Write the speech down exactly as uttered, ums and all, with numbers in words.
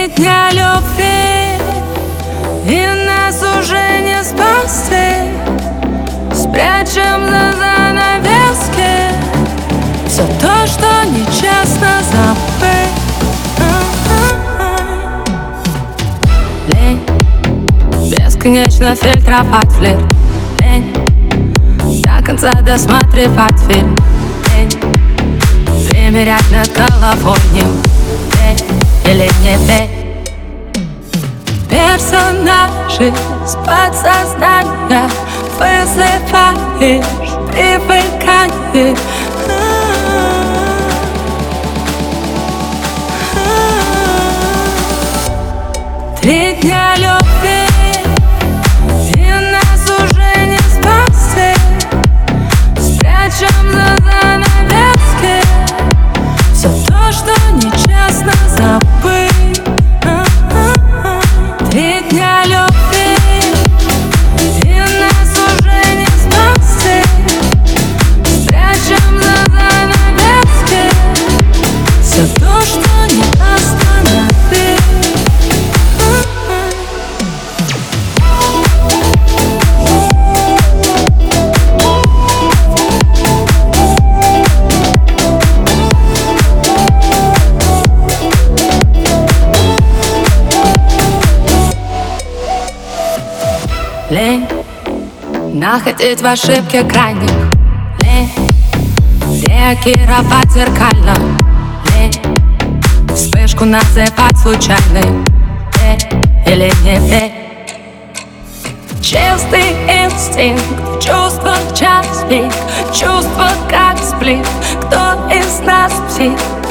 Три дня любви, и нас уже не спасти. Спрячем за занавески все то, что нечестно забыть. Лень бесконечно фильтровать флирт. Лень до конца досматривать фильм. Лень примерять над головой ним. Лень или не лень. Персонажи с подсознания вызываешь привыкание. Три дня любви, и нас уже не спасти. Спрячем за занавески все то, что нечестно забыть. Три дня любви, и нас уже не спасти. Спрячем за занавески все то, что не остановить. Лень находить в ошибке крайних. Лень реагировать зеркально. Лень вспышку называть случайной. Лень или не лень. Чистый инстинкт, в чувствах час пик. Чувства как сплит, кто из нас псих?